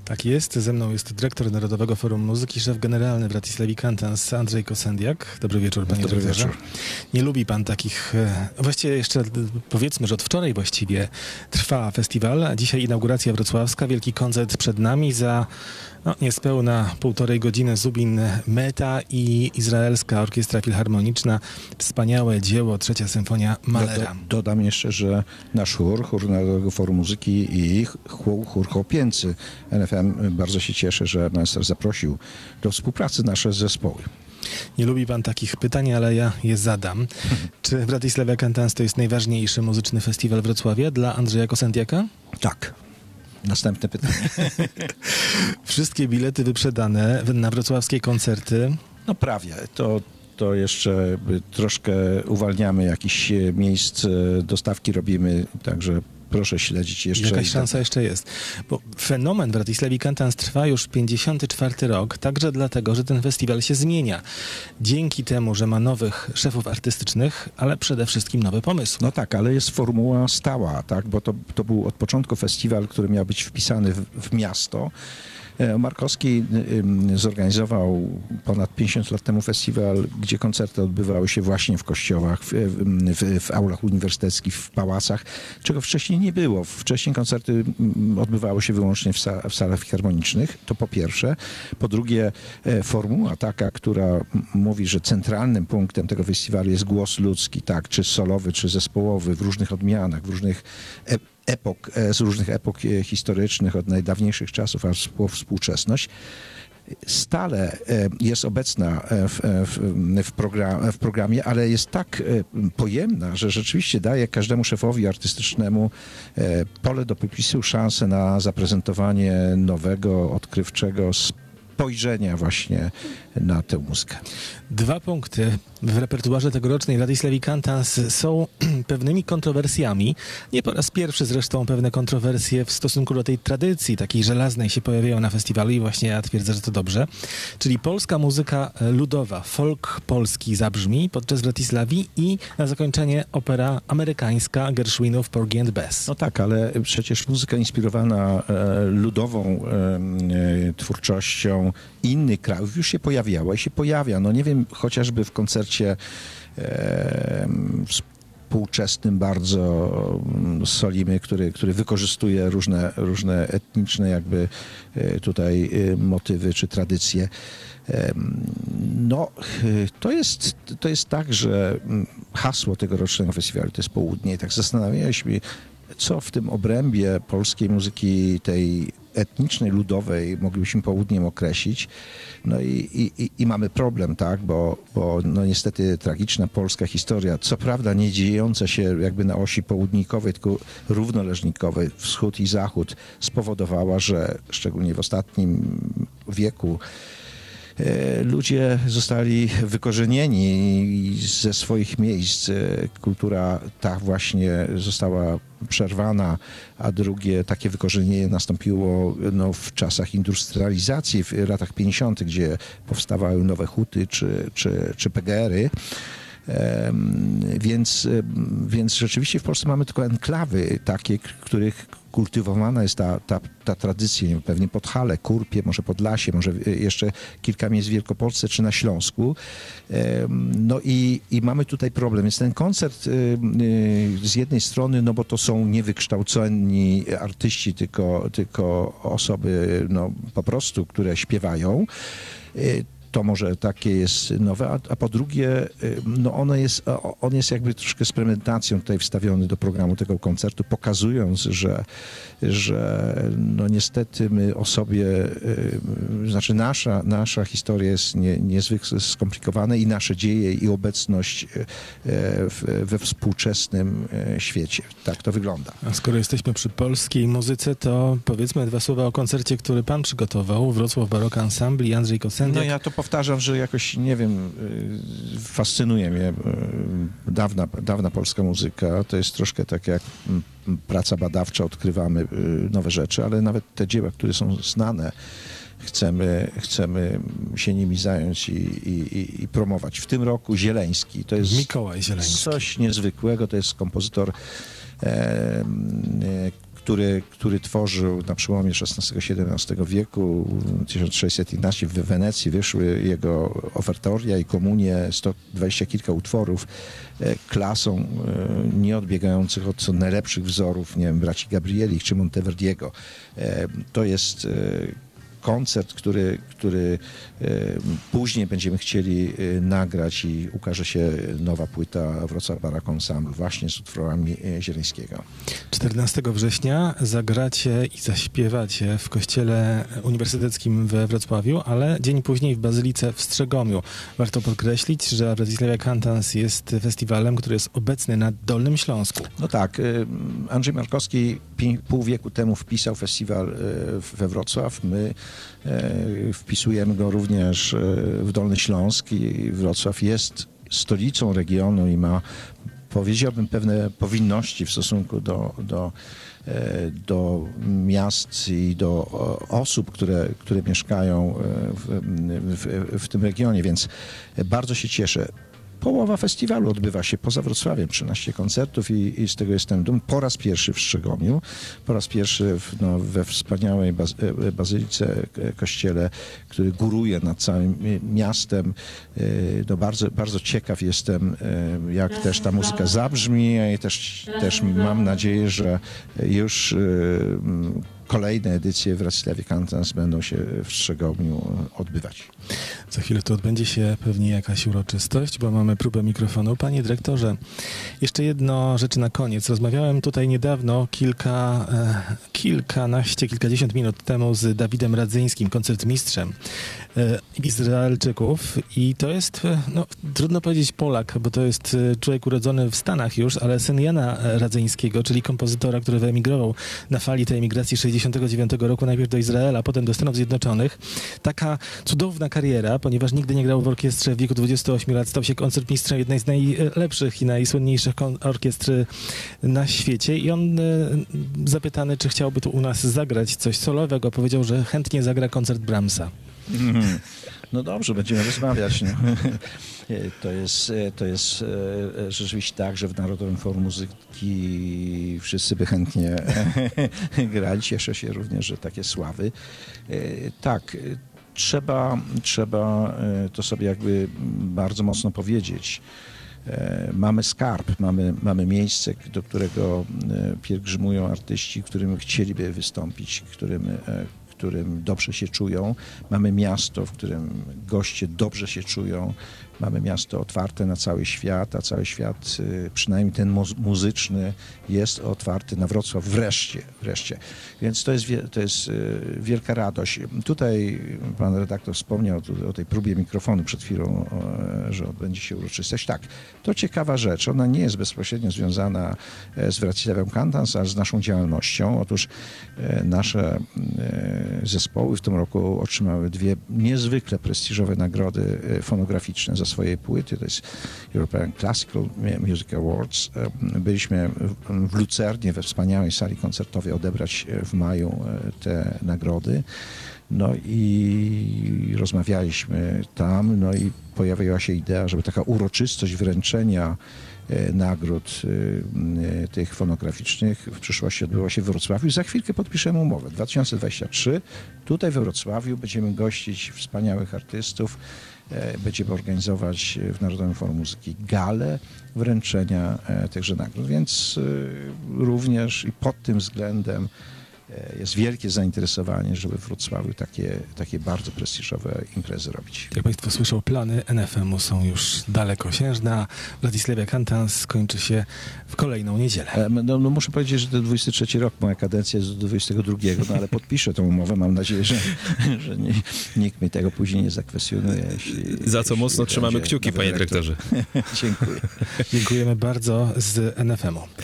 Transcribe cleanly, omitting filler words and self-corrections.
Tak jest, ze mną jest dyrektor Narodowego Forum Muzyki, szef generalny Wratysławi Cantans Andrzej Kosendiak. Dobry wieczór, panie dyrektorze. Nie lubi pan takich, właściwie jeszcze powiedzmy, że od wczoraj właściwie trwa festiwal, a dzisiaj inauguracja wrocławska, wielki koncert przed nami za niespełna 1,5 godziny Zubin Mehta i Izraelska Orkiestra Filharmoniczna. Wspaniałe dzieło, Trzecia Symfonia Mahlera. Dodam jeszcze, że nasz chór Narodowego Forum Muzyki i chór Chłopięcy NFM bardzo się cieszy, że maestro zaprosił do współpracy nasze zespoły. Nie lubi pan takich pytań, ale ja je zadam. Czy Wratysławi Cantans to jest najważniejszy muzyczny festiwal Wrocławia dla Andrzeja Kosendiaka? Tak. Następne pytanie. Wszystkie bilety wyprzedane na wrocławskie koncerty? No prawie. To jeszcze troszkę uwalniamy jakichś miejsc, dostawki robimy, także proszę śledzić jeszcze. Jakaś szansa jeszcze jest. Bo fenomen Wratysławi Cantans trwa już 54 rok, także dlatego, że ten festiwal się zmienia. Dzięki temu, że ma nowych szefów artystycznych, ale przede wszystkim nowe pomysły. No tak, ale jest formuła stała, tak? Bo to był od początku festiwal, który miał być wpisany w miasto. Markowski zorganizował ponad 50 lat temu festiwal, gdzie koncerty odbywały się właśnie w kościołach, w aulach uniwersyteckich, w pałacach, czego wcześniej nie było. Wcześniej koncerty odbywały się wyłącznie w salach filharmonicznych, to po pierwsze. Po drugie, formuła taka, która mówi, że centralnym punktem tego festiwalu jest głos ludzki, tak, czy solowy, czy zespołowy, w różnych odmianach, w różnych z różnych epok historycznych, od najdawniejszych czasów aż po współczesność, stale jest obecna w programie, ale jest tak pojemna, że rzeczywiście daje każdemu szefowi artystycznemu pole do popisu, szansę na zaprezentowanie nowego, odkrywczego spojrzenia właśnie na tę muzykę. 2 punkty w repertuarze tegorocznej Wratysławi Cantans są pewnymi kontrowersjami. Nie po raz pierwszy zresztą pewne kontrowersje w stosunku do tej tradycji takiej żelaznej się pojawiają na festiwalu i właśnie ja twierdzę, że to dobrze. Czyli polska muzyka ludowa, folk polski zabrzmi podczas Wratysławi i na zakończenie opera amerykańska Gershwinów Porgy and Bess. No tak, ale przecież muzyka inspirowana ludową twórczością innych krajów już się pojawiała i się pojawia. No nie wiem, chociażby w koncercie współczesnym bardzo Solimy, który wykorzystuje różne etniczne jakby tutaj motywy czy tradycje. No, to jest tak, że hasło tegorocznego festiwalu to jest południe i tak zastanawialiśmy, co w tym obrębie polskiej muzyki tej etnicznej, ludowej moglibyśmy południem określić. No i mamy problem, tak, bo no niestety tragiczna polska historia, co prawda nie dziejąca się jakby na osi południkowej, tylko równoleżnikowej, wschód i zachód, spowodowała, że szczególnie w ostatnim wieku ludzie zostali wykorzenieni ze swoich miejsc. Kultura ta właśnie została przerwana, a drugie takie wykorzenienie nastąpiło w czasach industrializacji, w latach 50., gdzie powstawały nowe huty czy PGR-y. Więc rzeczywiście w Polsce mamy tylko enklawy takie, których kultywowana jest ta tradycja, pewnie Podhale, Kurpie, może Podlasie, może jeszcze kilka miejsc w Wielkopolsce czy na Śląsku. No i mamy tutaj problem. Więc ten koncert z jednej strony, no bo to są niewykształceni artyści, tylko osoby po prostu, które śpiewają. To może takie jest nowe, a po drugie, no on jest jakby troszkę z premedytacją tutaj wstawiony do programu tego koncertu, pokazując, że no niestety my o sobie, znaczy nasza historia jest niezwykle skomplikowana i nasze dzieje i obecność we współczesnym świecie. Tak to wygląda. A skoro jesteśmy przy polskiej muzyce, to powiedzmy 2 słowa o koncercie, który pan przygotował, Wrocław Baroque Ensemble i Andrzej Kosendiak. No ja to powtarzam, że jakoś, nie wiem, fascynuje mnie dawna polska muzyka. To jest troszkę tak jak praca badawcza, odkrywamy nowe rzeczy, ale nawet te dzieła, które są znane, chcemy się nimi zająć i promować. W tym roku Zieleński. To jest Mikołaj Zieleński. Coś niezwykłego. To jest kompozytor, który tworzył na przełomie XVI-XVII wieku, 1611 w Wenecji wyszły jego ofertoria i komunie, 120 kilka utworów, klasą nieodbiegających od co najlepszych wzorów, nie wiem, braci Gabrieli czy Monteverdiego. To jest koncert, który później będziemy chcieli nagrać i ukaże się nowa płyta Wrocław Baroque Ensemble właśnie z utworami Zieleńskiego. 14 września zagracie i zaśpiewacie w Kościele Uniwersyteckim we Wrocławiu, ale dzień później w Bazylice w Strzegomiu. Warto podkreślić, że Bratyslavia Cantans jest festiwalem, który jest obecny na Dolnym Śląsku. No tak, Andrzej Markowski pół wieku temu wpisał festiwal we Wrocław. My wpisujemy go również w Dolny Śląsk i Wrocław jest stolicą regionu i ma, powiedziałbym, pewne powinności w stosunku do miast i do osób, które mieszkają w tym regionie, więc bardzo się cieszę. Połowa festiwalu odbywa się poza Wrocławiem, 13 koncertów i z tego jestem dumny. Po raz pierwszy w Strzegomiu, po raz pierwszy we wspaniałej bazylice, kościele, który góruje nad całym miastem. No bardzo, bardzo ciekaw jestem, jak też ta muzyka zabrzmi i też mam nadzieję, że już kolejne edycje Bratyslavia Cantans będą się w Strzegomiu odbywać. Za chwilę tu odbędzie się pewnie jakaś uroczystość, bo mamy próbę mikrofonu. Panie dyrektorze, jeszcze jedno rzecz na koniec. Rozmawiałem tutaj niedawno, kilkadziesiąt minut temu z Dawidem Radzyńskim, koncertmistrzem Izraelczyków i to jest, no, trudno powiedzieć Polak, bo to jest człowiek urodzony w Stanach już, ale syn Jana Radzyńskiego, czyli kompozytora, który wyemigrował na fali tej emigracji 69 roku, najpierw do Izraela, potem do Stanów Zjednoczonych. Taka cudowna kariera, ponieważ nigdy nie grał w orkiestrze, w wieku 28 lat stał się koncertmistrzem jednej z najlepszych i najsłynniejszych orkiestr na świecie i on zapytany, czy chciałby tu u nas zagrać coś solowego, powiedział, że chętnie zagra koncert Brahmsa. No dobrze, będziemy rozmawiać. No. To jest rzeczywiście tak, że w Narodowym Forum Muzyki wszyscy by chętnie grali. Cieszę się również, że takie sławy. Tak, trzeba to sobie jakby bardzo mocno powiedzieć. Mamy skarb, mamy miejsce, do którego pielgrzymują artyści, którym chcieliby wystąpić, którym dobrze się czują. Mamy miasto, w którym goście dobrze się czują. Mamy miasto otwarte na cały świat, a cały świat, przynajmniej ten muzyczny, jest otwarty na Wrocław wreszcie. Więc to jest wielka radość. Tutaj pan redaktor wspomniał o tej próbie mikrofonu przed chwilą, że odbędzie się uroczystość. Tak, to ciekawa rzecz. Ona nie jest bezpośrednio związana z Bratisławią Cantans, ale z naszą działalnością. Otóż nasze zespoły w tym roku otrzymały dwie niezwykle prestiżowe nagrody fonograficzne za swoje płyty. To jest European Classical Music Awards. Byliśmy w Lucernie, we wspaniałej sali koncertowej odebrać w maju te nagrody. No i rozmawialiśmy tam, no i pojawiła się idea, żeby taka uroczystość wręczenia nagród tych fonograficznych w przyszłości odbyła się w Wrocławiu. Za chwilkę podpiszemy umowę. 2023 tutaj we Wrocławiu będziemy gościć wspaniałych artystów. Będziemy organizować w Narodowym Forum Muzyki galę wręczenia tychże nagród. Więc również i pod tym względem jest wielkie zainteresowanie, żeby w Wrocławiu takie bardzo prestiżowe imprezy robić. Jak Państwo słyszą, plany NFM-u są już dalekosiężne. Bratyslavia Cantans skończy się w kolejną niedzielę. No, muszę powiedzieć, że to 23 rok, moja kadencja jest do 22, no ale podpiszę tę umowę. Mam nadzieję, że nikt mi tego później nie zakwestionuje. Za co mocno trzymamy kciuki, panie dyrektorze. Dziękuję. Dziękujemy bardzo z NFM-u.